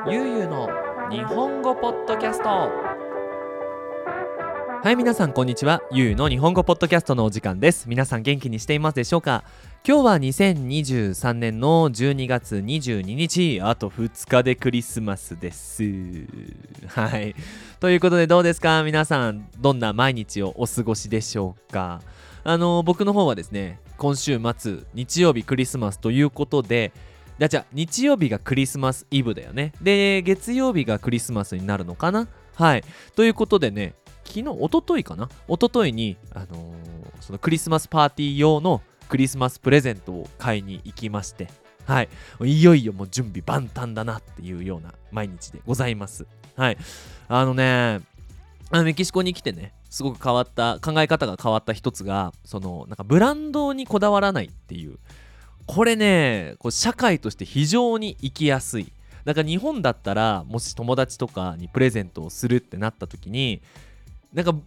ゆうゆうの日本語ポッドキャスト。はい、皆さんこんにちは。ゆうゆうの日本語ポッドキャストのお時間です。皆さん元気にしていますでしょうか。今日は2023年の12月22日、あと2日でクリスマスです。はい、ということでどうですか、皆さんどんな毎日をお過ごしでしょうか。僕の方はですね、今週末日曜日クリスマスということで、じゃあ日曜日がクリスマスイブだよね。で、月曜日がクリスマスになるのかな。はい、ということでね、一昨日に、そのクリスマスパーティー用のクリスマスプレゼントを買いに行きまして、はい、いよいよもう準備万端だなっていうような毎日でございます。はい、メキシコに来てね、すごく考え方が変わった一つが、なんかブランドにこだわらないっていう、これね、社会として非常に生きやすい。なんか日本だったら、もし友達とかにプレゼントをするってなった時に、なんか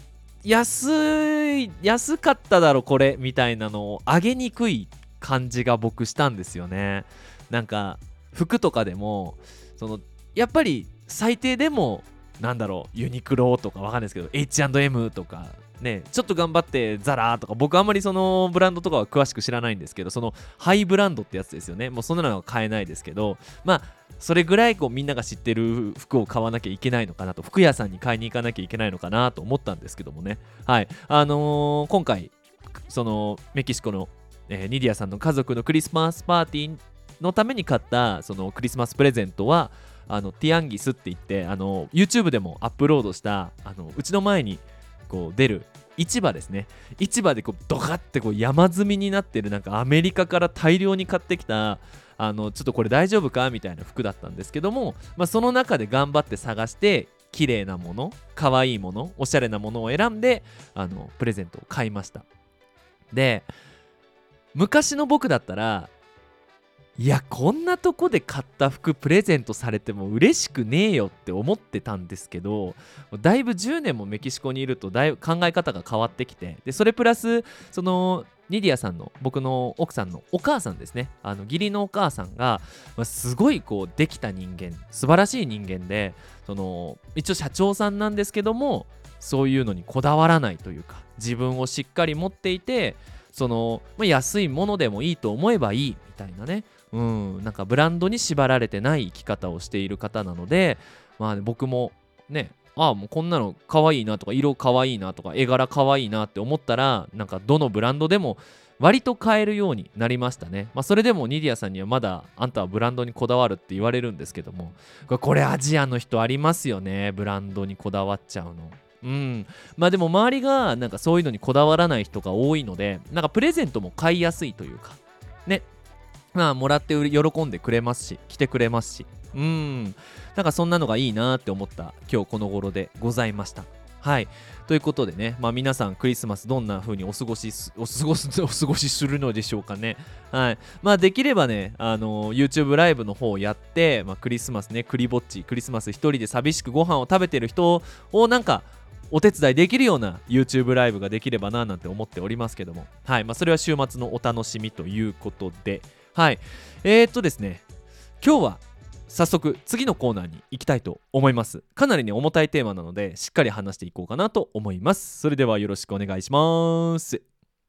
安かっただろこれみたいなのをあげにくい感じが僕したんですよね。なんか服とかでも、やっぱり最低でもユニクロとかわかんないですけど H&M とかね、ちょっと頑張ってザラとか、僕あんまりそのブランドとかは詳しく知らないんですけど、そのハイブランドってやつですよね。もうそんなのは買えないですけど、まあそれぐらいみんなが知ってる服を買わなきゃいけないのかなと、服屋さんに買いに行かなきゃいけないのかなと思ったんですけどもね。はい、今回そのメキシコの、ニディアさんの家族のクリスマスパーティーのために買ったそのクリスマスプレゼントは、ティアンギスって言って、YouTube でもアップロードしたうちの前に出る市場ですね。市場でドカって山積みになってる、なんかアメリカから大量に買ってきたちょっとこれ大丈夫かみたいな服だったんですけども、その中で頑張って探して綺麗なもの、可愛いもの、おしゃれなものを選んでプレゼントを買いました。で、昔の僕だったら、いやこんなとこで買った服プレゼントされても嬉しくねえよって思ってたんですけど、だいぶ10年もメキシコにいるとだいぶ考え方が変わってきて、でそれプラスそのニディアさんの、僕の奥さんのお母さんですね、義理のお母さんが、すごいできた人間、素晴らしい人間で、一応社長さんなんですけども、そういうのにこだわらないというか、自分をしっかり持っていて、安いものでもいいと思えばいいみたいなね、なんかブランドに縛られてない生き方をしている方なので、僕もね、もうこんなの可愛いなとか、色可愛いなとか、絵柄可愛いなって思ったら、なんかどのブランドでも割と買えるようになりましたね。それでもニディアさんにはまだあんたはブランドにこだわるって言われるんですけども、これアジアの人ありますよね、ブランドにこだわっちゃうの。でも周りがなんかそういうのにこだわらない人が多いので、なんかプレゼントも買いやすいというかね、もらって喜んでくれますし、来てくれますし、なんかそんなのがいいなって思った今日この頃でございました。はい、ということでね、皆さんクリスマスどんな風にお過ごしするのでしょうかね。はい、できればね、YouTube ライブの方をやって、クリスマスね、クリぼっちクリスマス一人で寂しくご飯を食べてる人をなんかお手伝いできるような YouTube ライブができればななんて思っておりますけども、はい、それは週末のお楽しみということで、はい、ですね、今日は早速次のコーナーに行きたいと思います。かなりね重たいテーマなので、しっかり話していこうかなと思います。それではよろしくお願いします。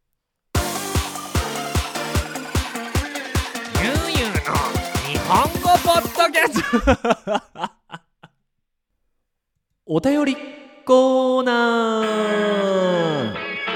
ゆうゆうの日本語ポッドキャストお便りコーナー。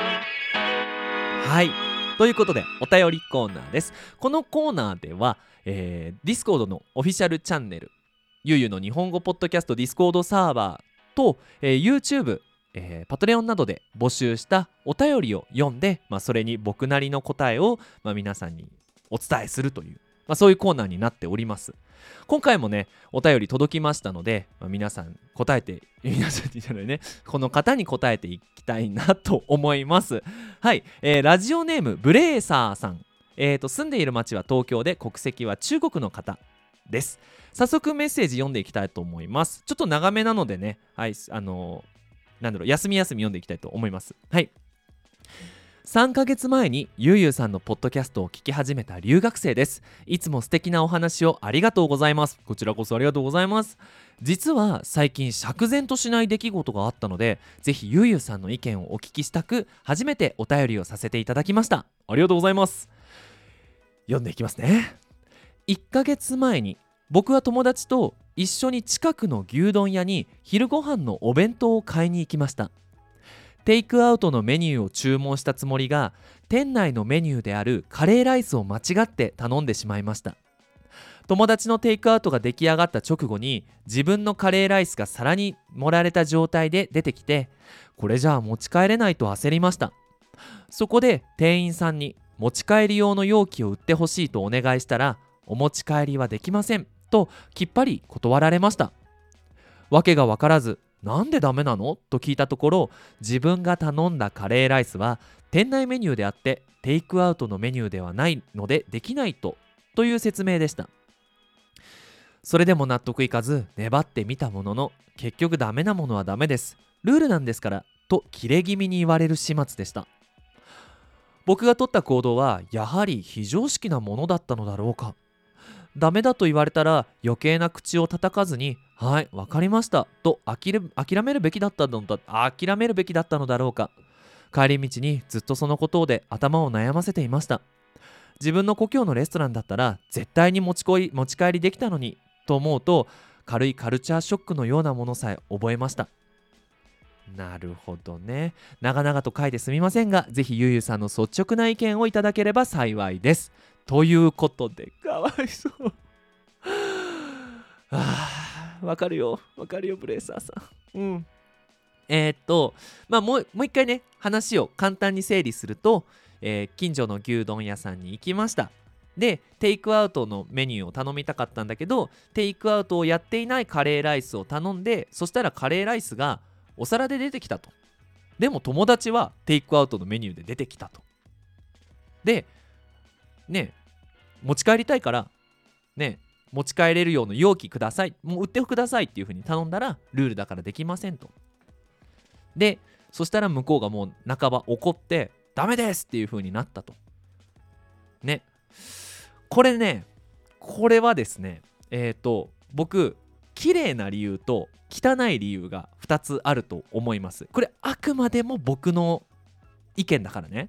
はい、ということでお便りコーナーです。このコーナーでは、Discord のオフィシャルチャンネル、ゆうゆうの日本語ポッドキャスト Discord サーバーと、YouTube、パトレオンなどで募集したお便りを読んで、それに僕なりの答えを、皆さんにお伝えするという、そういうコーナーになっております。今回もねお便り届きましたので、皆さんにじゃないね、この方に答えていきたいなと思います。はい、ラジオネームブレーサーさん、住んでいる町は東京で国籍は中国の方です。早速メッセージ読んでいきたいと思います。ちょっと長めなのでね、はい、休み読んでいきたいと思います。はい、 3ヶ月前にゆうゆうさんのポッドキャストを聞き始めた留学生です。いつも素敵なお話をありがとうございます。こちらこそありがとうございます。実は最近釈然としない出来事があったので、ぜひゆうゆうさんの意見をお聞きしたく、初めてお便りをさせていただきました。ありがとうございます。読んでいきますね。1ヶ月前に僕は友達と一緒に近くの牛丼屋に昼ご飯のお弁当を買いに行きました。テイクアウトのメニューを注文したつもりが、店内のメニューであるカレーライスを間違って頼んでしまいました。友達のテイクアウトが出来上がった直後に、自分のカレーライスが皿に盛られた状態で出てきて、これじゃあ持ち帰れないと焦りました。そこで店員さんに持ち帰り用の容器を売ってほしいとお願いしたら、お持ち帰りはできませんときっぱり断られました。わけが分からず、なんでダメなのと聞いたところ、自分が頼んだカレーライスは店内メニューであってテイクアウトのメニューではないのでできないという説明でした。それでも納得いかず粘ってみたものの、結局ダメなものはダメです、ルールなんですからとキレ気味に言われる始末でした。僕が取った行動はやはり非常識なものだったのだろうか。ダメだと言われたら余計な口を叩かずに、はいわかりましたと諦めるべきだったのだろうか。帰り道にずっとそのことで頭を悩ませていました。自分の故郷のレストランだったら絶対に持ち帰りできたのにと思うと、軽いカルチャーショックのようなものさえ覚えました。なるほどね。長々と書いてすみませんが、ぜひゆうゆうさんの率直な意見をいただければ幸いです。ということで、かわいそうわかるよブレーサーさん。もう一回ね、話を簡単に整理すると、近所の牛丼屋さんに行きました。でテイクアウトのメニューを頼みたかったんだけど、テイクアウトをやっていないカレーライスを頼んで、そしたらカレーライスがお皿で出てきたと。でも友達はテイクアウトのメニューで出てきたと。でね、持ち帰りたいからね、持ち帰れるような容器ください、もう売ってくださいっていう風に頼んだら、ルールだからできませんと。でそしたら向こうがもう半ば怒って、ダメですっていう風になったとね。これはですね、僕綺麗な理由と汚い理由が2つあると思います。これあくまでも僕の意見だからね、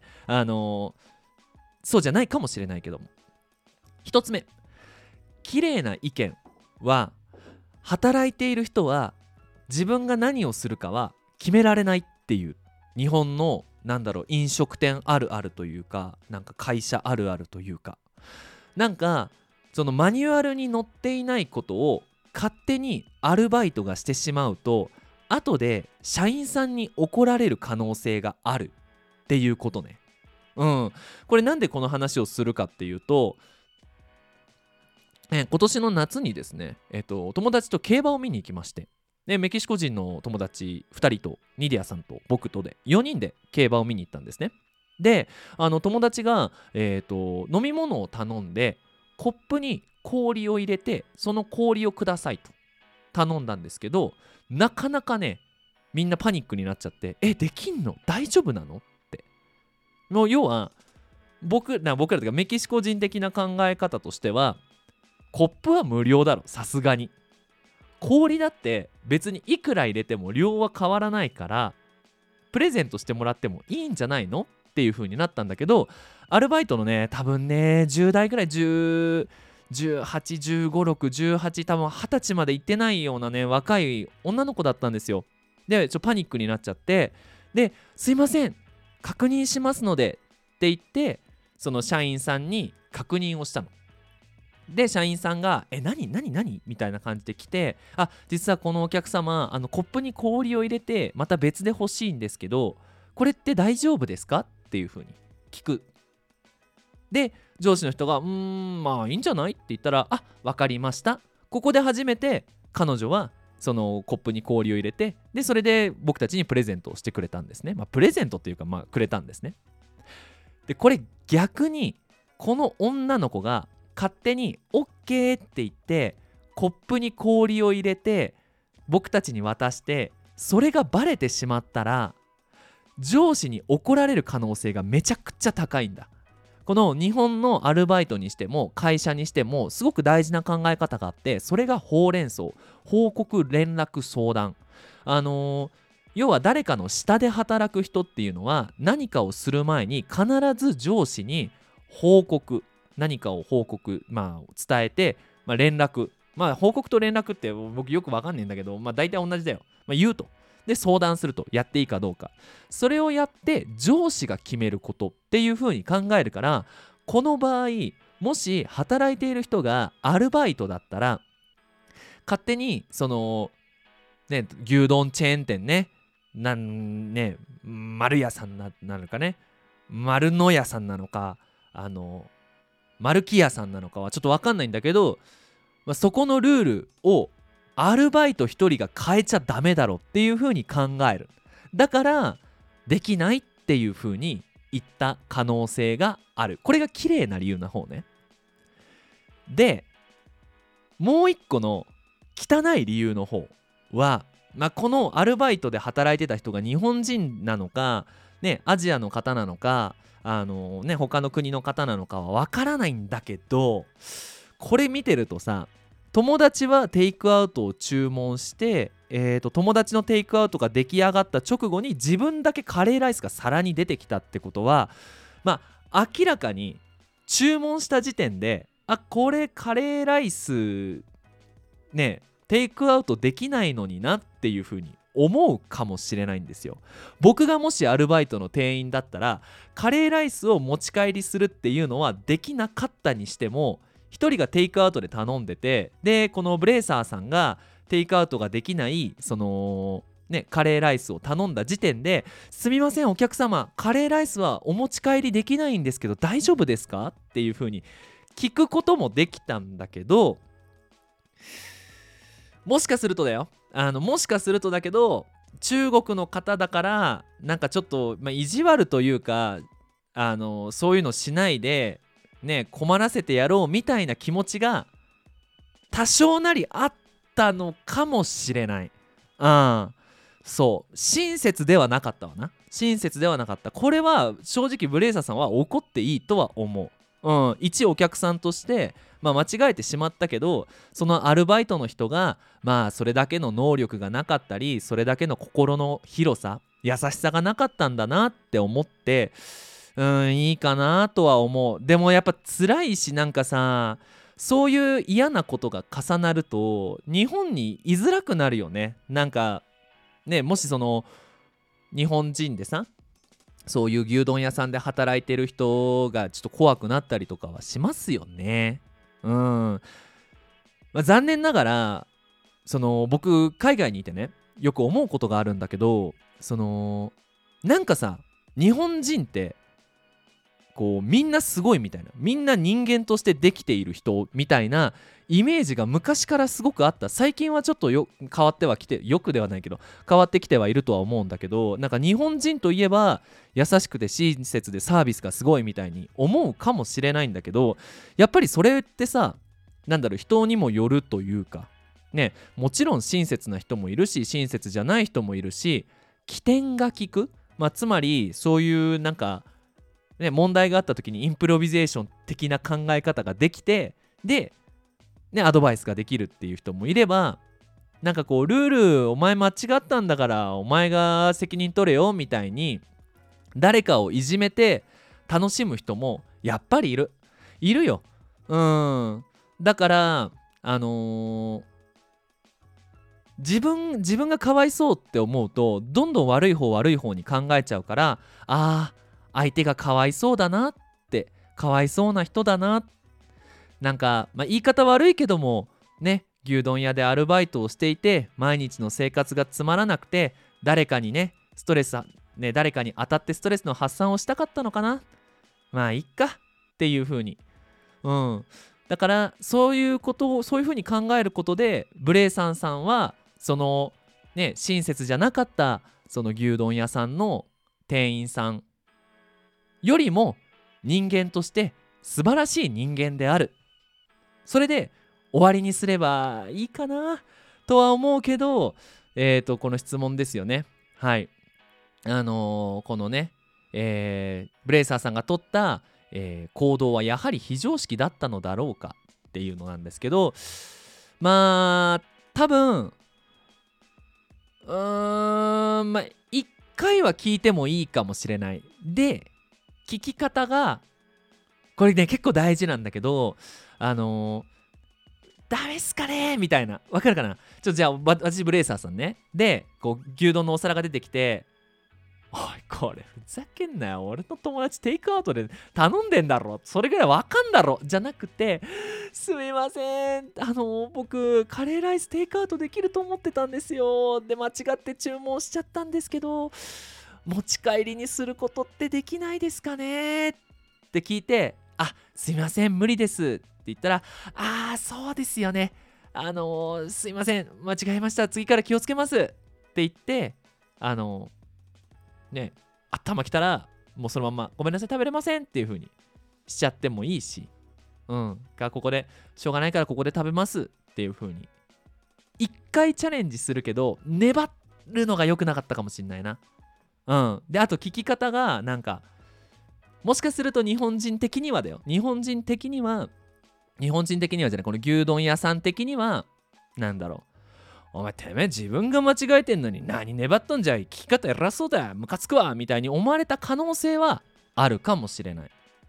そうじゃないかもしれないけども、1つ目、綺麗な意見は、働いている人は自分が何をするかは決められないっていう、日本の飲食店あるあるというか、なんか会社あるあるというか、なんかそのマニュアルに載っていないことを勝手にアルバイトがしてしまうと、後で社員さんに怒られる可能性があるっていうことね。これなんでこの話をするかっていうと、今年の夏にですね、友達と競馬を見に行きまして、でメキシコ人の友達2人とニディアさんと僕とで4人で競馬を見に行ったんですね。で友達が、飲み物を頼んで、コップに氷を入れて、その氷をくださいと頼んだんですけど、なかなかね、みんなパニックになっちゃって、できんの大丈夫なのって。もう要は僕らというかメキシコ人的な考え方としては、コップは無料だろ、さすがに。氷だって別にいくら入れても量は変わらないから、プレゼントしてもらってもいいんじゃないのっていう風になったんだけど、アルバイトのね、多分ね10代ぐらい、18、15、6、18、多分20歳まで行ってないようなね、若い女の子だったんですよ。でパニックになっちゃって、ですいません確認しますのでって言って、その社員さんに確認をしたの。で社員さんが何みたいな感じで来て、実はこのお客様コップに氷を入れてまた別で欲しいんですけど、これって大丈夫ですかっていう風に聞く。で上司の人がまあいいんじゃないって言ったら、わかりました。ここで初めて彼女はそのコップに氷を入れて、でそれで僕たちにプレゼントをしてくれたんですね。プレゼントっていうかくれたんですね。でこれ逆にこの女の子が勝手に OK って言ってコップに氷を入れて僕たちに渡して、それがバレてしまったら、 上司に怒られる可能性がめちゃくちゃ高いんだ。この日本のアルバイトにしても会社にしてもすごく大事な考え方があって、それがほうれん草、報告連絡相談。要は誰かの下で働く人っていうのは何かをする前に必ず上司に報告、何かを報告、伝えて、連絡、報告と連絡って僕よくわかんないんだけど、大体同じだよ。言うと。で相談すると、やっていいかどうか、それをやって上司が決めることっていう風に考えるから、この場合もし働いている人がアルバイトだったら、勝手に牛丼チェーン店ね、丸屋さんなのかね、丸の屋さんなのか、丸木屋さんなのかはちょっと分かんないんだけど、そこのルールをアルバイト一人が変えちゃダメだろっていう風に考える。だからできないっていう風に言った可能性がある。これが綺麗な理由の方ね。でもう一個の汚い理由の方は、このアルバイトで働いてた人が日本人なのか、アジアの方なのか、他の国の方なのかは分からないんだけど、これ見てるとさ、友達はテイクアウトを注文して、友達のテイクアウトが出来上がった直後に自分だけカレーライスが皿に出てきたってことは、明らかに注文した時点で、これカレーライステイクアウトできないのになっていう風に思うかもしれないんですよ。僕がもしアルバイトの店員だったら、カレーライスを持ち帰りするっていうのはできなかったにしても、一人がテイクアウトで頼んでて、でこのブレイサーさんがテイクアウトができないカレーライスを頼んだ時点で、すみませんお客様、カレーライスはお持ち帰りできないんですけど大丈夫ですかっていう風に聞くこともできたんだけど、もしかするとだけど、中国の方だからちょっと、意地悪というか、そういうのしないで困らせてやろうみたいな気持ちが多少なりあったのかもしれない。そう親切ではなかったわな。親切ではなかった。これは正直ブレイサさんは怒っていいとは思う。一お客さんとして間違えてしまったけど、そのアルバイトの人がそれだけの能力がなかったり、それだけの心の広さ、優しさがなかったんだなって思って、いいかなとは思う。でもやっぱ辛いし、そういう嫌なことが重なると日本に居づらくなるよね。もし日本人でさ、そういう牛丼屋さんで働いてる人がちょっと怖くなったりとかはしますよね。残念ながら僕海外にいてね、よく思うことがあるんだけど、日本人ってみんなすごいみたいな、みんな人間としてできている人みたいなイメージが昔からすごくあった。最近はちょっと変わってはきて、よくではないけど変わってきてはいるとは思うんだけど、日本人といえば優しくて親切でサービスがすごいみたいに思うかもしれないんだけど、やっぱりそれってさ、人にもよるというかもちろん親切な人もいるし親切じゃない人もいるし、起点が効く、つまりそういう問題があった時にインプロビゼーション的な考え方ができて、でアドバイスができるっていう人もいれば、ルールお前間違ったんだからお前が責任取れよみたいに誰かをいじめて楽しむ人もやっぱりいるよ。だから自分がかわいそうって思うとどんどん悪い方に考えちゃうから、相手がかわいそうだなって、かわいそうな人だな、言い方悪いけども牛丼屋でアルバイトをしていて毎日の生活がつまらなくて、誰かに誰かに当たってストレスの発散をしたかったのかな、いっかっていう風に、だからそういう風に考えることで、ブレイさんさんは親切じゃなかったその牛丼屋さんの店員さんよりも人間として素晴らしい人間である、それで終わりにすればいいかなとは思うけど、この質問ですよね。はい。 このね、ブレイサーさんが取った、行動はやはり非常識だったのだろうかっていうのなんですけど、まあ多分まあ一回は聞いてもいいかもしれない。で聞き方がこれね結構大事なんだけど、ダメっすかねみたいな、わかるかな。じゃあ私ブレイサーさんね、でこう牛丼のお皿が出てきて、おいこれふざけんなよ、俺の友達テイクアウトで頼んでんだろ、それぐらいわかんだろじゃなくて、すみません、僕カレーライステイクアウトできると思ってたんですよ、で間違って注文しちゃったんですけど、持ち帰りにすることってできないですかねって聞いて、すいません無理ですって言ったら、そうですよね、すいません間違えました、次から気をつけますって言って、ね、頭きたらもうそのままごめんなさい食べれませんっていう風にしちゃってもいいし、ここでしょうがないからここで食べますっていう風に一回チャレンジするけど粘るのが良くなかったかもしんないな。であと聞き方がなんか、もしかすると日本人的にはじゃない、この牛丼屋さん的にはなんだろう、お前てめえ自分が間違えてんのに何粘っとんじゃい、聞き方偉そうだよムカつくわみたいに思われた可能性はあるかもしれない。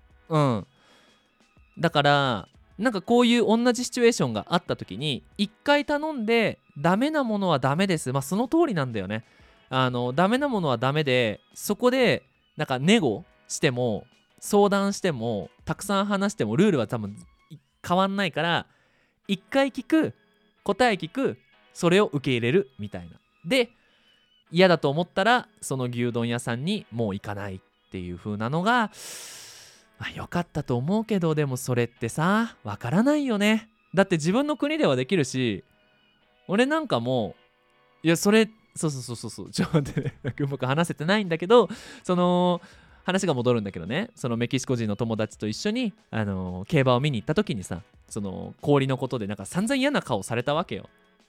だからなんかこういう同じシチュエーションがあった時に一回頼んでダメなものはダメです、その通りなんだよね。ダメなものはダメで、そこでなんかネゴしても相談してもたくさん話してもルールは多分変わんないから、一回聞く、答え聞く、それを受け入れるみたいな。で嫌だと思ったらその牛丼屋さんにもう行かないっていう風なのが良かったと思うけど、でもそれってさわからないよね。だって自分の国ではできるし、俺なんかもそれちょっと待ってね、うまく話せてないんだけど、その話が戻るんだけどね、そのメキシコ人の友達と一緒に、競馬を見に行った時にさ、その氷のことでなんか散々嫌な顔されたわけよ。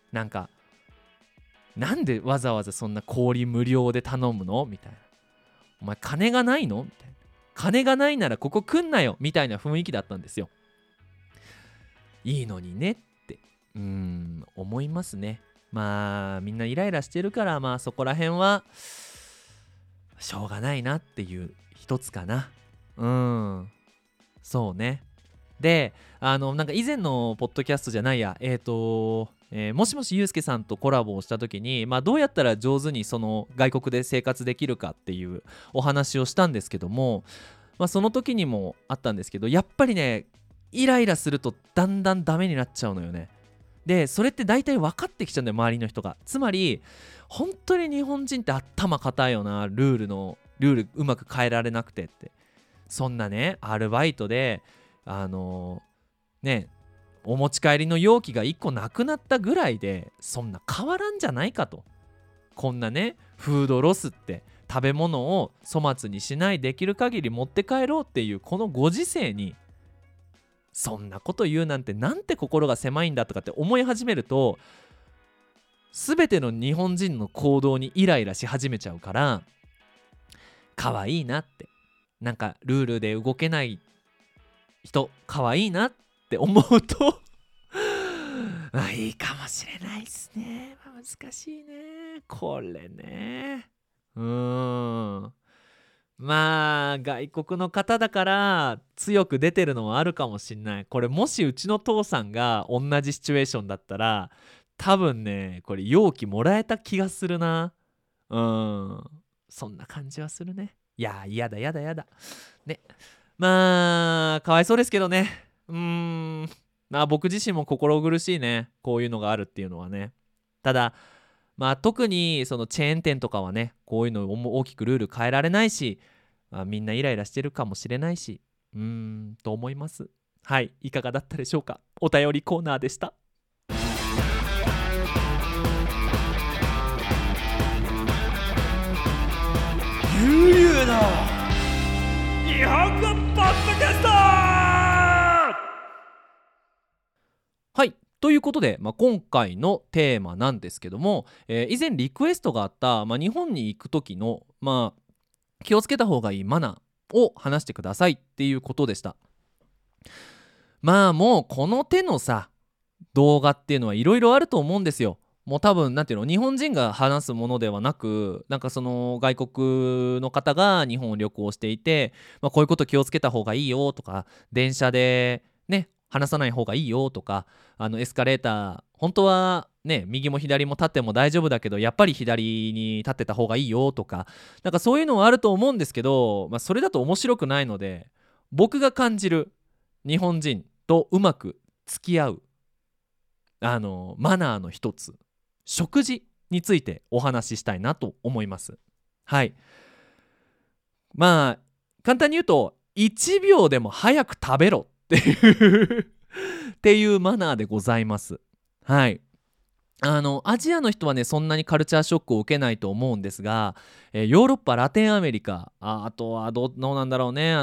なんでわざわざそんな氷無料で頼むのみたいな、お前金がないのみたいな、金がないならここ来んなよみたいな雰囲気だったんですよ。いいのにねって思いますね。みんなイライラしてるから、そこら辺はしょうがないなっていう一つかな。そうね。でなんか以前のポッドキャストじゃないや、もしもしゆうすけさんとコラボをした時に、どうやったら上手にその外国で生活できるかっていうお話をしたんですけども、その時にもあったんですけど、やっぱりねイライラするとだんだんダメになっちゃうのよね。でそれって大体分かってきちゃうんだよ、周りの人が。つまり本当に日本人って頭固いよな、ルールうまく変えられなくてって。そんなねアルバイトでお持ち帰りの容器が1個なくなったぐらいでそんな変わらんじゃないかと。こんなねフードロスって、食べ物を粗末にしない、できる限り持って帰ろうっていうこのご時世にそんなこと言うなんて、なんて心が狭いんだとかって思い始めると、全ての日本人の行動にイライラし始めちゃうから、可愛いなって、なんかルールで動けない人可愛いなって思うといいかもしれないですね。難しいねこれね。外国の方だから強く出てるのはあるかもしんない。これもしうちの父さんが同じシチュエーションだったら多分ねこれ容器もらえた気がするな。そんな感じはするね。いややだね。かわいそうですけどね。僕自身も心苦しいね、こういうのがあるっていうのはね。ただ特にそのチェーン店とかはね、こういうのを大きくルール変えられないし、みんなイライラしてるかもしれないし、と思います。はい、いかがだったでしょうか。お便りコーナーでした。 ゆうゆうの日本語ポッドキャスト。 はい、 ということで、今回のテーマなんですけども、以前リクエストがあった、日本に行く時の、気をつけた方がいいマナーを話してくださいっていうことでした。もうこの手のさ動画っていうのはいろいろあると思うんですよ。もう多分なんていうの、日本人が話すものではなく、なんかその外国の方が日本を旅行していて、こういうこと気をつけた方がいいよとか、電車でね話さない方がいいよとか、エスカレーター本当はね右も左も立っても大丈夫だけどやっぱり左に立ってた方がいいよとか、なんかそういうのはあると思うんですけど、それだと面白くないので、僕が感じる日本人とうまく付き合うマナーの一つ、食事についてお話ししたいなと思います。はい。簡単に言うと1秒でも早く食べろっていうっていうマナーでございます。はい。アジアの人はねそんなにカルチャーショックを受けないと思うんですが、ヨーロッパ、ラテンアメリカ、あとはどうなんだろうね、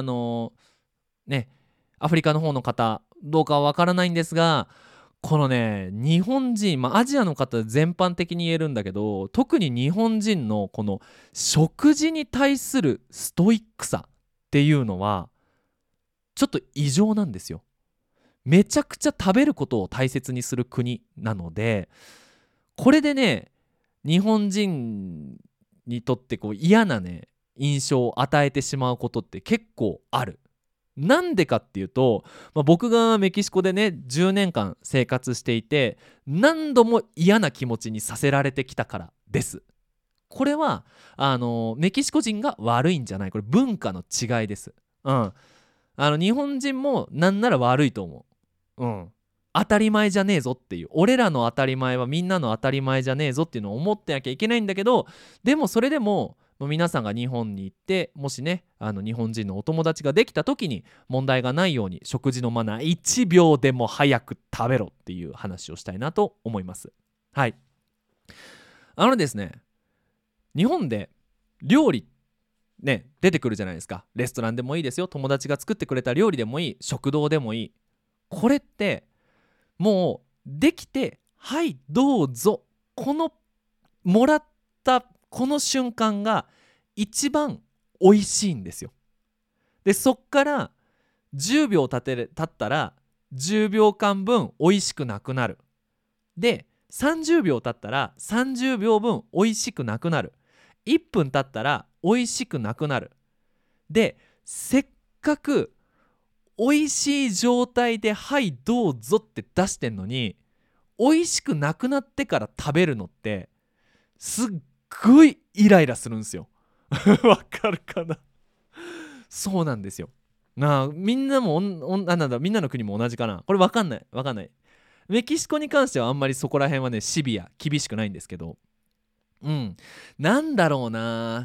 アフリカの方の方どうかはわからないんですが、このね日本人、アジアの方全般的に言えるんだけど、特に日本人のこの食事に対するストイックさっていうのはちょっと異常なんですよ。めちゃくちゃ食べることを大切にする国なので、これでね日本人にとってこう嫌なね印象を与えてしまうことって結構ある。なんでかっていうと、僕がメキシコでね10年間生活していて何度も嫌な気持ちにさせられてきたからです。これはメキシコ人が悪いんじゃない、これ文化の違いです。日本人もなんなら悪いと思う。当たり前じゃねえぞっていう、俺らの当たり前はみんなの当たり前じゃねえぞっていうのを思ってなきゃいけないんだけど、でもそれでも皆さんが日本に行って、もしね日本人のお友達ができた時に問題がないように食事のマナー1秒でも早く食べろっていう話をしたいなと思います。はい。ですね、日本で料理ね出てくるじゃないですか。レストランでもいいですよ、友達が作ってくれた料理でもいい、食堂でもいい。これってもうできて、はいどうぞ、このもらったこの瞬間が一番美味しいんですよ。でそっから10秒経ったら10秒間分美味しくなくなる。で30秒経ったら30秒分美味しくなくなる。1分経ったら美味しくなくなる。でせっかく美味しい状態ではいどうぞって出してんのに、美味しくなくなってから食べるのってすっごいイライラするんですよ。わかるかな。そうなんですよ。みんなもみんなの国も同じかな、これわかんない。メキシコに関してはあんまりそこら辺はねシビア厳しくないんですけど、なんだろうな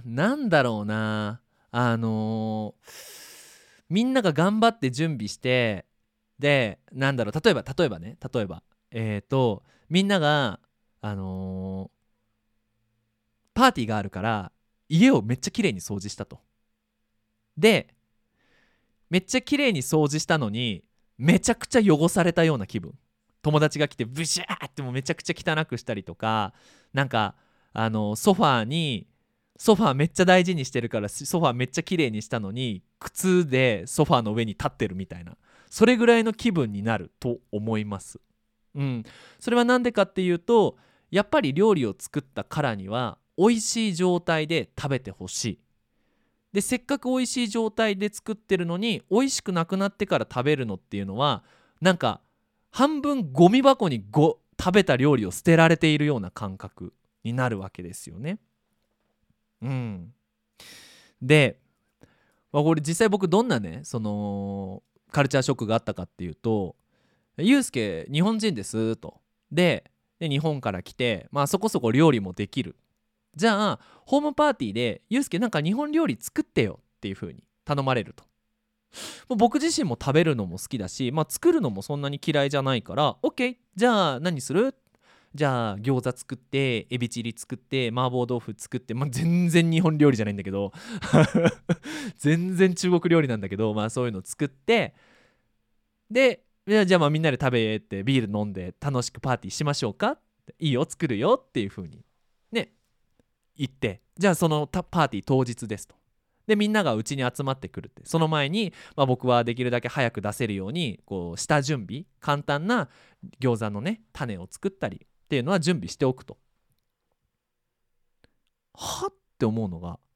みんなが頑張って準備して、で例えばみんながパーティーがあるから家をめっちゃ綺麗に掃除したと。でめっちゃ綺麗に掃除したのにめちゃくちゃ汚されたような気分。友達が来てブシャーってもうめちゃくちゃ汚くしたりとか、なんかソファーめっちゃ大事にしてるからソファーめっちゃ綺麗にしたのに靴でソファーの上に立ってるみたいな、それぐらいの気分になると思います。それはなんでかっていうと、やっぱり料理を作ったからには美味しい状態で食べてほしい。でせっかく美味しい状態で作ってるのに美味しくなくなってから食べるのっていうのは、なんか半分ゴミ箱に食べた料理を捨てられているような感覚になるわけですよね。でこれ実際僕どんなねそのカルチャーショックがあったかっていうと、ゆうすけ日本人ですと。で日本から来て、そこそこ料理もできる。じゃあホームパーティーでゆうすけなんか日本料理作ってよっていう風に頼まれると、もう僕自身も食べるのも好きだし、作るのもそんなに嫌いじゃないから OK、 じゃあ何する、じゃあ餃子作ってエビチリ作って麻婆豆腐作って、全然日本料理じゃないんだけど全然中国料理なんだけど、そういうの作って、でじゃあまあみんなで食べてビール飲んで楽しくパーティーしましょうかって、いいよ作るよっていう風にね言って、じゃあそのパーティー当日ですと。でみんながうちに集まってくるって、その前に、まあ、僕はできるだけ早く出せるようにこう下準備、簡単な餃子のね種を作ったりっていうのは準備しておくと。はって思うのが、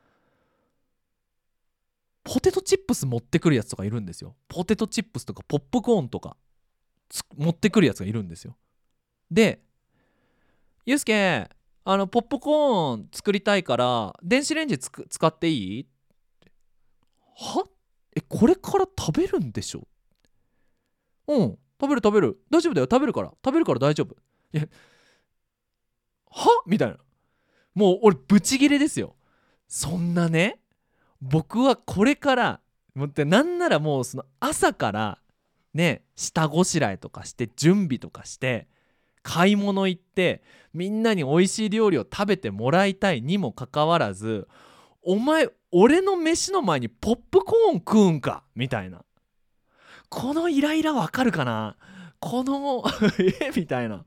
ポテトチップス持ってくるやつとかいるんですよ。ポテトチップスとかポップコーンとか持ってくるやつがいるんですよ。で、ゆうすけポップコーン作りたいから電子レンジ使っていい？は？これから食べるんでしょ？うん、食べる大丈夫だよ、食べるから大丈夫。いや、はみたいな。もう俺ブチギレですよ。そんなね、僕はこれからもって、なんならもうその朝からね下ごしらえとかして準備とかして買い物行ってみんなに美味しい料理を食べてもらいたいにもかかわらず、お前俺の飯の前にポップコーン食うんかみたいな、このイライラわかるかな、このみたいな。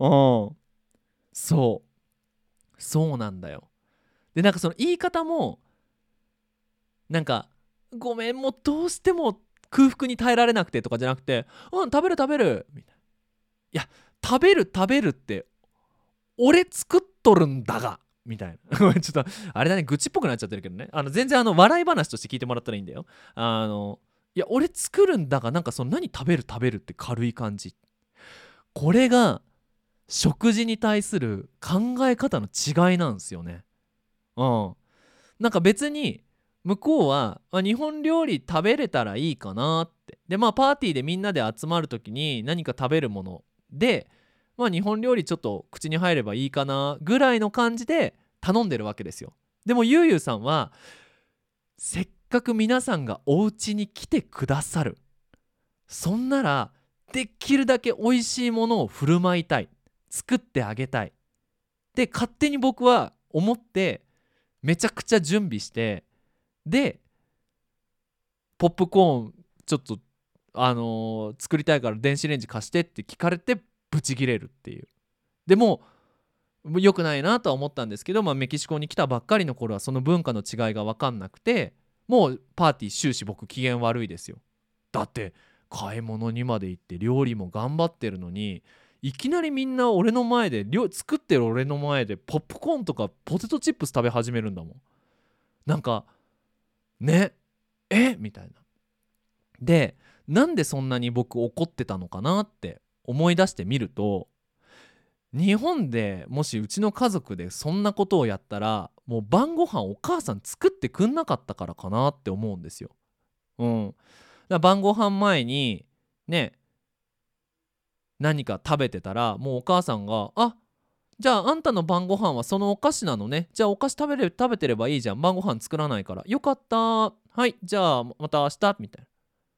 そうなんだよ。でなんかその言い方もなんか、ごめんもうどうしても空腹に耐えられなくてとかじゃなくて、食べるみたいな。いや、食べるって俺作っとるんだがみたいなちょっとあれだね、愚痴っぽくなっちゃってるけどね、全然笑い話として聞いてもらったらいいんだよ。いや俺作るんだが、なんかその何食べるって軽い感じ、これが食事に対する考え方の違いなんですよね。なんか別に向こうは、日本料理食べれたらいいかなって。でまあパーティーでみんなで集まる時に何か食べるもので、まあ日本料理ちょっと口に入ればいいかなぐらいの感じで頼んでるわけですよ。でもゆうゆうさんは、せっかく皆さんがお家に来てくださる、そんならできるだけ美味しいものを振る舞いたい、作ってあげたいで勝手に僕は思ってめちゃくちゃ準備して、でポップコーンちょっと作りたいから電子レンジ貸してって聞かれてブチギレるっていう。でも良くないなとは思ったんですけど、メキシコに来たばっかりの頃はその文化の違いが分かんなくて、もうパーティー終始僕機嫌悪いですよ。だって買い物にまで行って料理も頑張ってるのに、いきなりみんな俺の前で作ってる俺の前でポップコーンとかポテトチップス食べ始めるんだもん。なんかね、みたいな。でなんでそんなに僕怒ってたのかなって思い出してみると、日本でもしうちの家族でそんなことをやったら、もう晩ご飯お母さん作ってくんなかったからかなって思うんですよ。だから晩ご飯前にね何か食べてたら、もうお母さんがじゃああんたの晩ご飯はそのお菓子なのね、じゃあお菓子食べてればいいじゃん、晩ご飯作らないから、よかった、はいじゃあまた明日みたいな。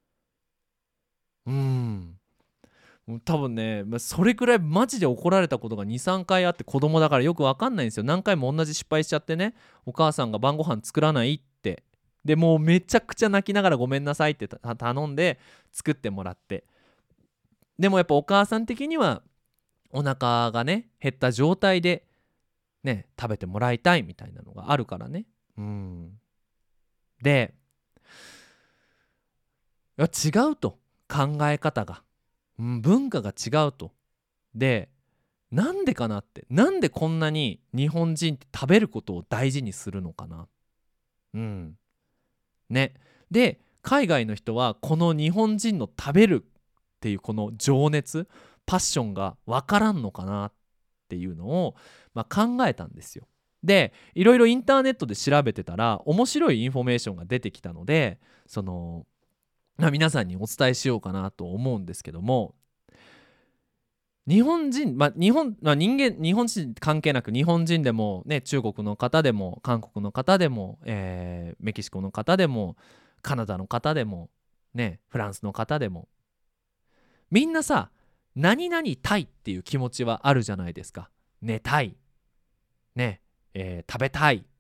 もう多分ね、それくらいマジで怒られたことが2、3回あって、子供だからよく分かんないんですよ。何回も同じ失敗しちゃってね、お母さんが晩ご飯作らないって、でもうめちゃくちゃ泣きながらごめんなさいって頼んで作ってもらって、でもやっぱお母さん的にはお腹がね減った状態でね食べてもらいたいみたいなのがあるからね。で違うと、考え方が、文化が違うと。でなんでかなって、なんでこんなに日本人って食べることを大事にするのかな。ね。で海外の人はこの日本人の食べるっていうこの情熱、パッションが分からんのかなっていうのを、考えたんですよ。でいろいろインターネットで調べてたら面白いインフォメーションが出てきたので、皆さんにお伝えしようかなと思うんですけども、日本人、日本人関係なく、日本人でもね、中国の方でも韓国の方でも、メキシコの方でもカナダの方でもね、フランスの方でも、みんなさ、何々たいっていう気持ちはあるじゃないですか。寝たいね、食べたい、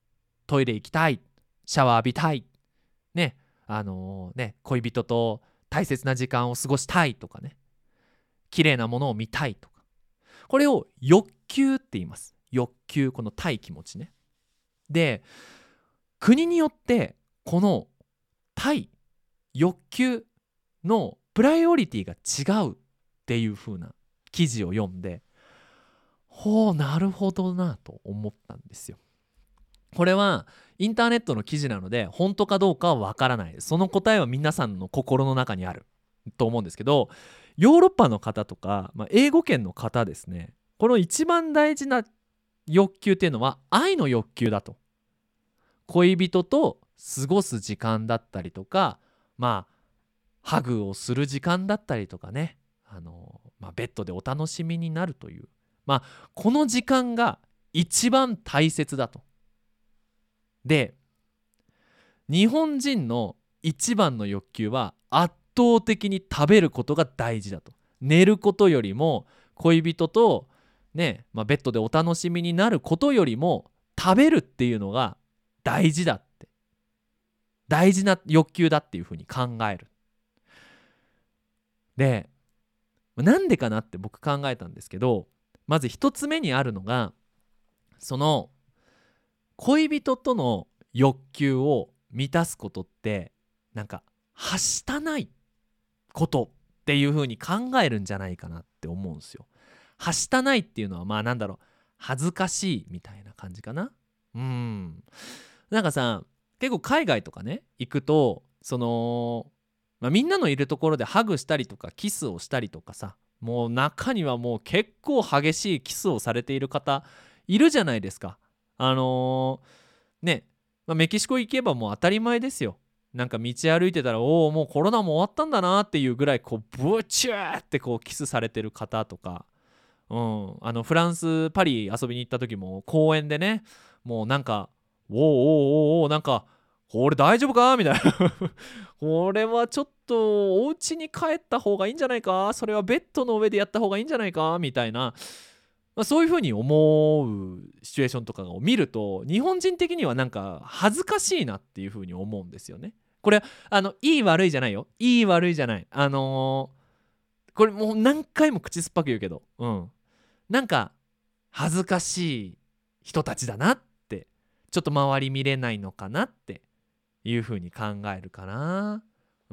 トイレ行きたい、シャワー浴びたいね、恋人と大切な時間を過ごしたいとかね、綺麗なものを見たいとか、これを欲求って言います。欲求、このたい気持ちね。で、国によってこのたい欲求のプライオリティが違うっていう風な記事を読んで、ほう、なるほどなと思ったんですよ。これはインターネットの記事なので本当かどうかはわからない。その答えは皆さんの心の中にあると思うんですけど、ヨーロッパの方とか、英語圏の方ですね、この一番大事な欲求っていうのは愛の欲求だと。恋人と過ごす時間だったりとか、ハグをする時間だったりとかね、ベッドでお楽しみになるという、この時間が一番大切だと。で、日本人の一番の欲求は圧倒的に食べることが大事だと。寝ることよりも恋人とね、ベッドでお楽しみになることよりも食べるっていうのが大事だって、大事な欲求だっていうふうに考える。で、なんでかなって僕考えたんですけど、まず一つ目にあるのが、その恋人との欲求を満たすことってはしたないことっていう風に考えるんじゃないかなって思うんですよ。はしたないっていうのは恥ずかしいみたいな感じかな。さ、結構海外とかね行くと、みんなのいるところでハグしたりとかキスをしたりとかさ、もう中にはもう結構激しいキスをされている方いるじゃないですか。メキシコ行けばもう当たり前ですよ。道歩いてたら、もうコロナも終わったんだなっていうぐらいブチューってキスされてる方とか、フランスパリ遊びに行った時も公園でね、もうおーおーこれ大丈夫かみたいなこれはちょっとお家に帰った方がいいんじゃないか、それはベッドの上でやった方がいいんじゃないかみたいな、そういう風に思うシチュエーションとかを見ると、日本人的には恥ずかしいなっていう風に思うんですよね。これいい悪いじゃないよ、いい悪いじゃない、これもう何回も口酸っぱく言うけど、恥ずかしい人たちだなって、ちょっと周り見れないのかなっていう風に考えるかな。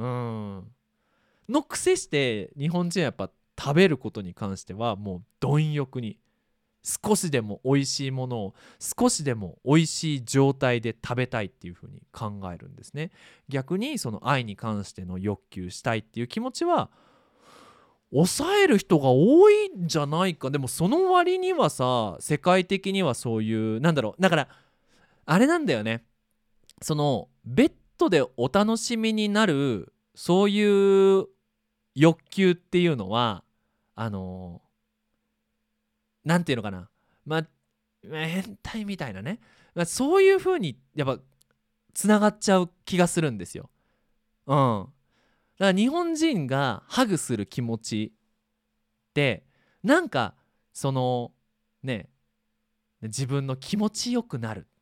の癖して日本人はやっぱ食べることに関してはもう貪欲に、少しでも美味しいものを少しでも美味しい状態で食べたいっていう風に考えるんですね。逆にその愛に関しての欲求したいっていう気持ちは抑える人が多いんじゃないか。でもその割にはさ、世界的にはそういうだからあれなんだよね、そのベッドでお楽しみになるそういう欲求っていうのはなんていうのかな、変態みたいなね、そういう風にやっぱつながっちゃう気がするんですよ。だから日本人がハグする気持ちってそのね、自分の気持ちよくなる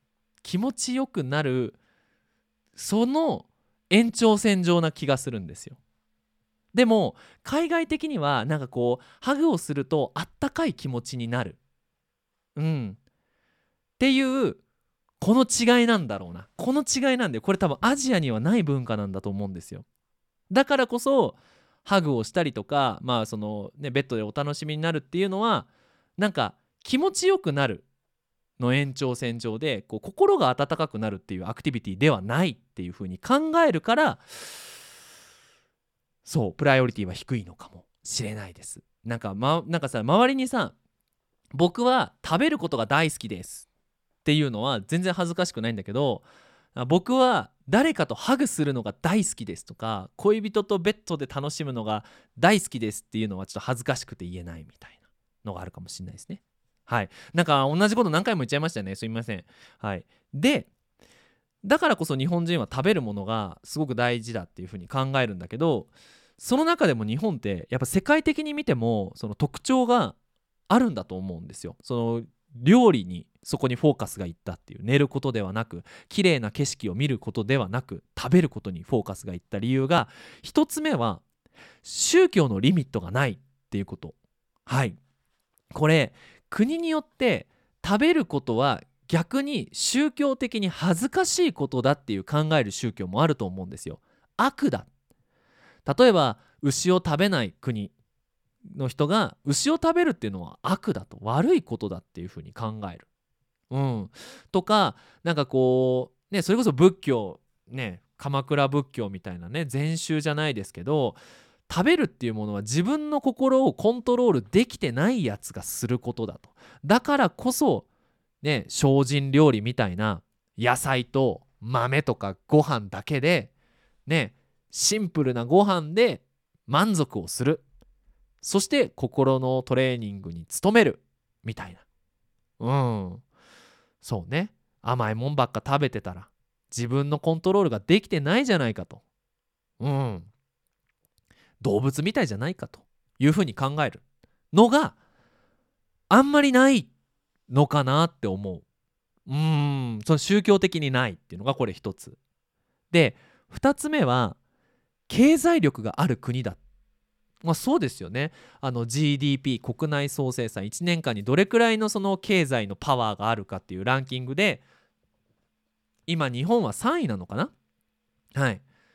その延長線上な気がするんですよ。でも海外的にはハグをするとあったかい気持ちになる、っていうこの違いなんだろうな。この違いなんで、これ多分アジアにはない文化なんだと思うんですよ。だからこそハグをしたりとか、ベッドでお楽しみになるっていうのは気持ちよくなるの延長線上で、心が温かくなるっていうアクティビティではないっていう風に考えるから、そうプライオリティは低いのかもしれないです。周りにさ、僕は食べることが大好きですっていうのは全然恥ずかしくないんだけど、僕は誰かとハグするのが大好きですとか、恋人とベッドで楽しむのが大好きですっていうのはちょっと恥ずかしくて言えないみたいなのがあるかもしれないですね。はい、同じこと何回も言っちゃいましたね、すみません。はい、でだからこそ日本人は食べるものがすごく大事だっていうふうに考えるんだけど、その中でも日本ってやっぱ世界的に見てもその特徴があるんだと思うんですよ。その料理にそこにフォーカスがいったっていう、寝ることではなく綺麗な景色を見ることではなく食べることにフォーカスがいった理由が、一つ目は宗教のリミットがないっていうこと。はい。これ国によって食べることは逆に宗教的に恥ずかしいことだっていう考える宗教もあると思うんですよ。悪だ。例えば牛を食べない国の人が牛を食べるっていうのは悪だと、悪いことだっていうふうに考える。うん。とかなんかこうね、それこそ仏教ね、鎌倉仏教みたいなね、禅宗じゃないですけど、食べるっていうものは自分の心をコントロールできてないやつがすることだと。だからこそね、精進料理みたいな野菜と豆とかご飯だけでね、シンプルなご飯で満足をする。そして心のトレーニングに努めるみたいな。そうね。甘いもんばっか食べてたら自分のコントロールができてないじゃないかと。動物みたいじゃないかというふうに考えるのがあんまりないのかなって思う。その宗教的にないっていうのがこれ一つ。で、二つ目は経済力がある国だ。そうですよね。GDP 国内総生産1年間にどれくらいのその経済のパワーがあるかっていうランキングで今日本は3位なのかな。はい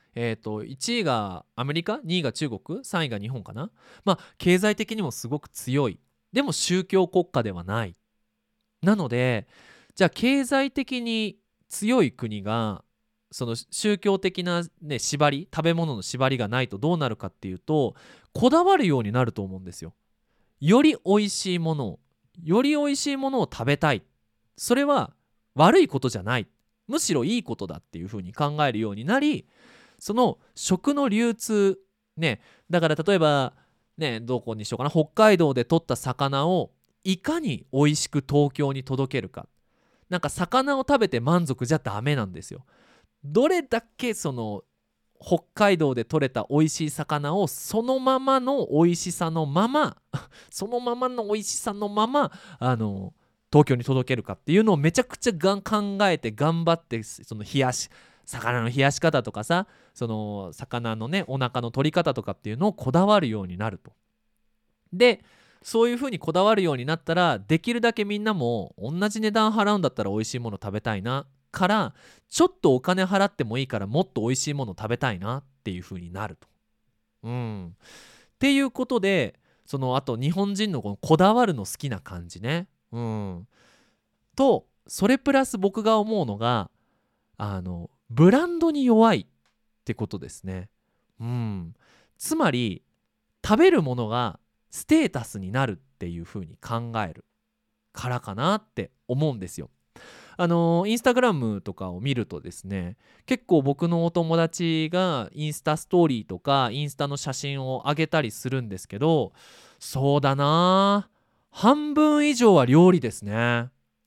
。1位がアメリカ、2位が中国、3位が日本かな。経済的にもすごく強い。でも宗教国家ではない。なのでじゃあ経済的に強い国がその宗教的な、ね、縛り、食べ物の縛りがないとどうなるかっていうと、こだわるようになると思うんですよ。より美味しいものを食べたい。それは悪いことじゃない、むしろいいことだっていうふうに考えるようになり、その食の流通ね、だから例えばね、どこにしようかな、北海道で取った魚をいかに美味しく東京に届けるか。なんか魚を食べて満足じゃダメなんですよ。どれだけその北海道で採れた美味しい魚をそのままの美味しさのままそのままの美味しさのまま東京に届けるかっていうのをめちゃくちゃ考えて頑張って、その魚の冷やし方とかさ、その魚のねお腹の取り方とかっていうのをこだわるようになると。でそういう風にこだわるようになったら、できるだけみんなも同じ値段払うんだったら美味しいもの食べたいなからちょっとお金払ってもいいからもっと美味しいもの食べたいなっていう風になると。っていうことで、そのあと日本人のこのこだわるの好きな感じね。とそれプラス僕が思うのがブランドに弱いってことですね。つまり食べるものがステータスになるっていう風に考えるからかなって思うんですよ。インスタグラムとかを見るとですね、結構僕のお友達がインスタストーリーとかインスタの写真を上げたりするんですけど、そうだな、半分以上は料理ですね。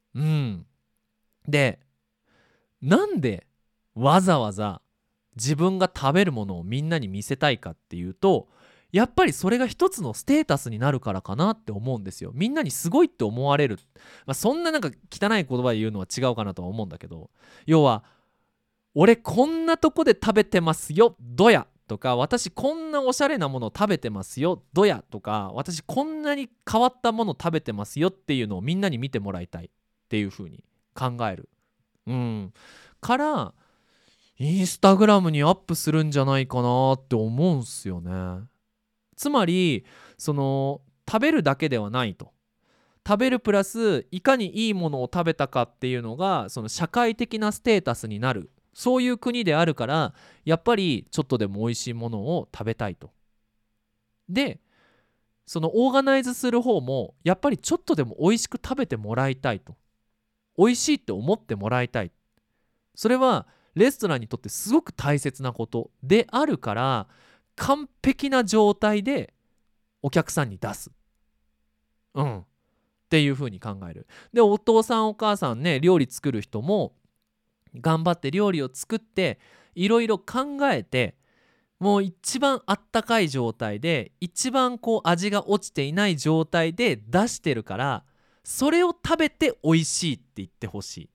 で、なんでわざわざ自分が食べるものをみんなに見せたいかっていうと、やっぱりそれが一つのステータスになるからかなって思うんですよ。みんなにすごいって思われる。そんななんか汚い言葉で言うのは違うかなとは思うんだけど、要は俺こんなとこで食べてますよどやとか、私こんなおしゃれなもの食べてますよどやとか、私こんなに変わったもの食べてますよっていうのをみんなに見てもらいたいっていう風に考える。からインスタグラムにアップするんじゃないかなって思うんすよね。つまりその食べるだけではないと。食べるプラスいかにいいものを食べたかっていうのがその社会的なステータスになる、そういう国であるから、やっぱりちょっとでも美味しいものを食べたいと。でそのオーガナイズする方もやっぱりちょっとでも美味しく食べてもらいたいと、美味しいって思ってもらいたい。それはレストランにとってすごく大切なことであるから、完璧な状態でお客さんに出す。っていう風に考える。でお父さんお母さんね、料理作る人も頑張って料理を作っていろいろ考えて、もう一番あったかい状態で一番こう味が落ちていない状態で出してるから、それを食べて美味しいって言ってほしい。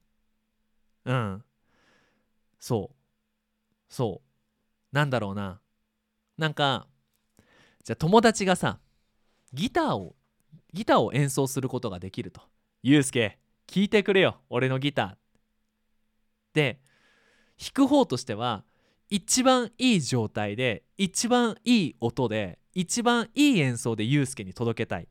そうなんだろうな、なんかじゃあ友達がさギターを演奏することができると。ゆうすけ聞いてくれよ俺のギターで、弾く方としては一番いい状態で一番いい音で一番いい演奏でゆうすけに届けたい。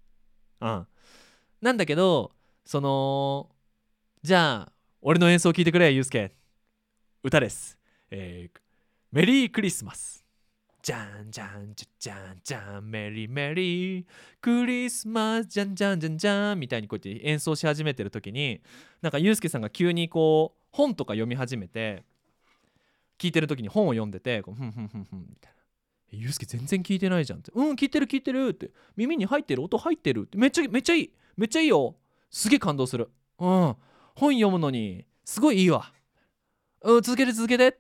なんだけどじゃあ俺の演奏聞いてくれゆうすけ、歌です、メリークリスマスじゃんじゃんじゃじゃんじゃんメリーメリークリスマスじゃんじゃんじゃんじゃんみたいにこうやって演奏し始めてる時に、なんかゆうすけさんが急にこう本とか読み始めて、聞いてる時に本を読んでてこうふんふんふんふんみたいな、ゆうすけ全然聞いてないじゃんって、聞いてる聞いてるって、耳に入ってる音入ってるって、めっちゃいいめっちゃいいよ、すげえ感動する、本読むのにすごいいいわ、続けて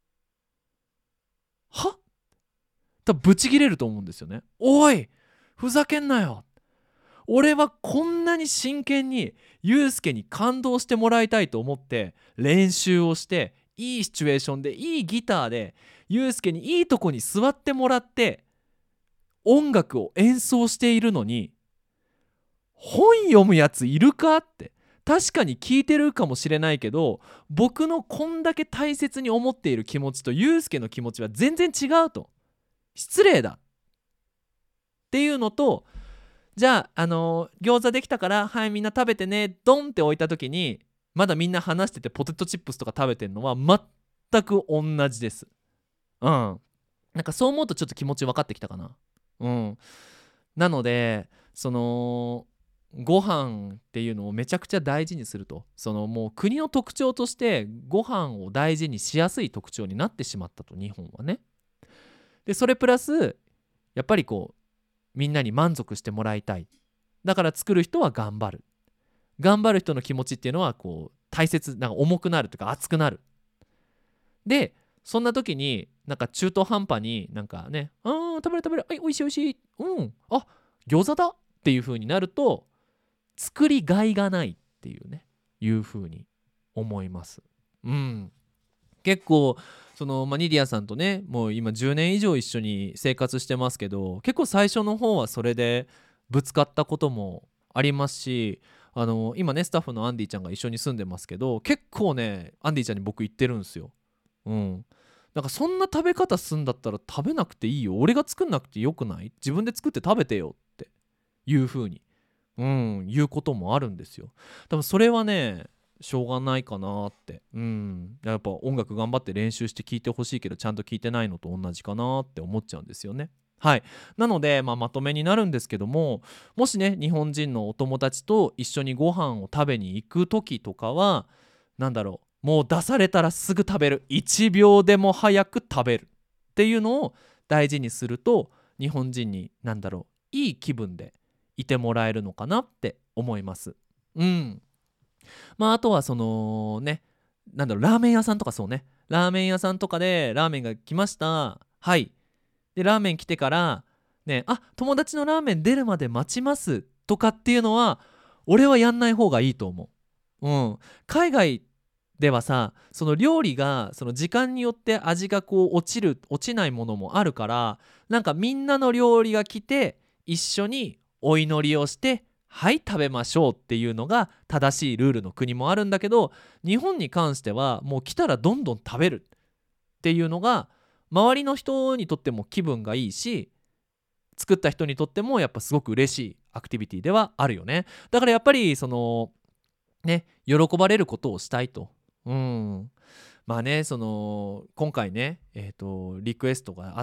は多分ブチギレると思うんですよね。おいふざけんなよ、俺はこんなに真剣にゆうすけに感動してもらいたいと思って練習をして、いいシチュエーションでいいギターでゆうすけにいいとこに座ってもらって音楽を演奏しているのに、本読むやついるかって。確かに聞いてるかもしれないけど、僕のこんだけ大切に思っている気持ちとゆうすけの気持ちは全然違うと、失礼だっていうのと、じゃあ餃子できたからはいみんな食べてねドンって置いた時に、まだみんな話しててポテトチップスとか食べてるのは全く同じです。なんかそう思うとちょっと気持ち分かってきたかな。なのでご飯っていうのをめちゃくちゃ大事にすると、もう国の特徴としてご飯を大事にしやすい特徴になってしまったと、日本はね。でそれプラスやっぱりこうみんなに満足してもらいたい、だから作る人は頑張る人の気持ちっていうのはこう大切、なんか重くなるというか熱くなる。でそんな時になんか中途半端になんかね、食べるはいおいしいあ餃子だっていう風になると作りがいがないっていう風に思います。結構ニディアさんとねもう今10年以上一緒に生活してますけど、結構最初の方はそれでぶつかったこともありますし、今ねスタッフのアンディちゃんが一緒に住んでますけど、結構ねアンディちゃんに僕言ってるんですよ。なんかそんな食べ方すんだったら食べなくていいよ、俺が作んなくてよくない、自分で作って食べてよっていう風に言うこともあるんですよ。多分それはねしょうがないかなって。やっぱ音楽頑張って練習して聴いてほしいけどちゃんと聴いてないのと同じかなって思っちゃうんですよね。なので、まとめになるんですけども、もしね日本人のお友達と一緒にご飯を食べに行く時とかはもう出されたらすぐ食べる、1秒でも早く食べるっていうのを大事にすると、日本人にいい気分でいてもらえるのかなって思います。あとはラーメン屋さんとか、ラーメン屋さんとかでラーメンが来ました、でラーメン来てからね、友達のラーメン出るまで待ちますとかっていうのは俺はやんない方がいいと思う。海外ではさ、その料理がその時間によって味がこう落ちないものもあるから、なんかみんなの料理が来て一緒にお祈りをして食べましょうっていうのが正しいルールの国もあるんだけど、日本に関してはもう来たらどんどん食べるっていうのが周りの人にとっても気分がいいし、作った人にとってもやっぱすごく嬉しいアクティビティではあるよね。だからやっぱり喜ばれることをしたいと。今回ねリクエストがあって、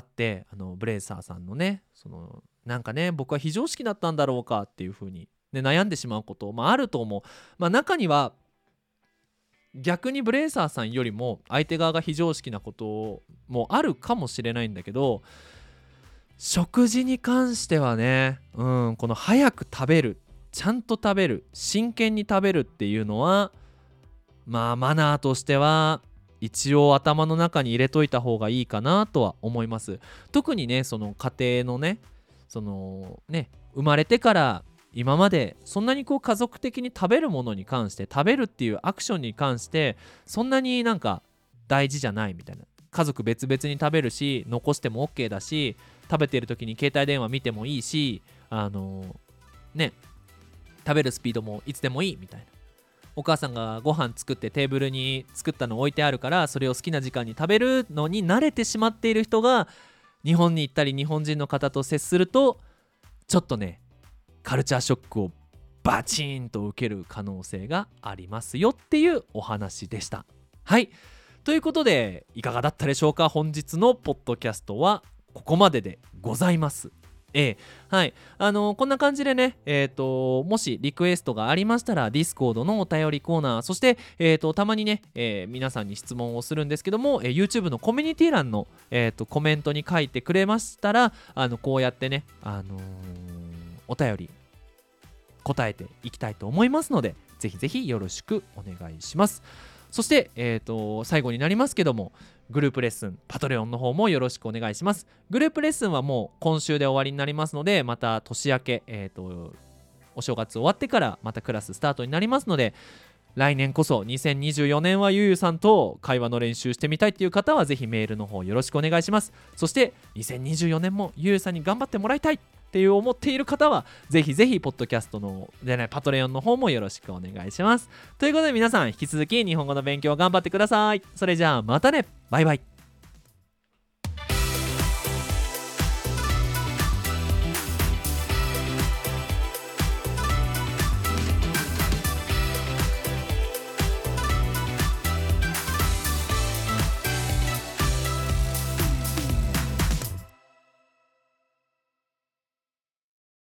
ブレイサーさんのね僕は非常識だったんだろうかっていう風に、悩んでしまうこと、あると思う。中には逆にブレイサーさんよりも相手側が非常識なこともあるかもしれないんだけど、食事に関してはね、この早く食べる、ちゃんと食べる、真剣に食べるっていうのはマナーとしては一応頭の中に入れといた方がいいかなとは思います。特にねその家庭のね生まれてから今までそんなにこう家族的に食べるものに関して、食べるっていうアクションに関してそんなに大事じゃないみたいな、家族別々に食べるし残しても OK だし、 食べている時に携帯電話見てもいいし、ね、食べるスピードもいつでもいいみたいな。お母さんがご飯作ってテーブルに作ったの置いてあるから、それを好きな時間に食べるのに慣れてしまっている人が日本に行ったり日本人の方と接すると、ちょっとねカルチャーショックをバチーンと受ける可能性がありますよっていうお話でした。はい、ということでいかがだったでしょうか。本日のポッドキャストはここまででございます。はい、こんな感じでね、もしリクエストがありましたら Discord のお便りコーナー、そして、たまにね、皆さんに質問をするんですけども、YouTube のコミュニティ欄の、コメントに書いてくれましたら、こうやってね、お便り答えていきたいと思いますので、ぜひぜひよろしくお願いします。そして、最後になりますけども、グループレッスンパトレオンの方もよろしくお願いします。グループレッスンはもう今週で終わりになりますので、また年明け、お正月終わってからまたクラススタートになりますので、来年こそ2024年はゆうゆうさんと会話の練習してみたいっていう方はぜひメールの方よろしくお願いします。そして2024年もゆうゆうさんに頑張ってもらいたいっていう思っている方はぜひぜひポッドキャストのでねパトレオンの方もよろしくお願いします。ということで皆さん引き続き日本語の勉強頑張ってください。それじゃあまたね、バイバイ。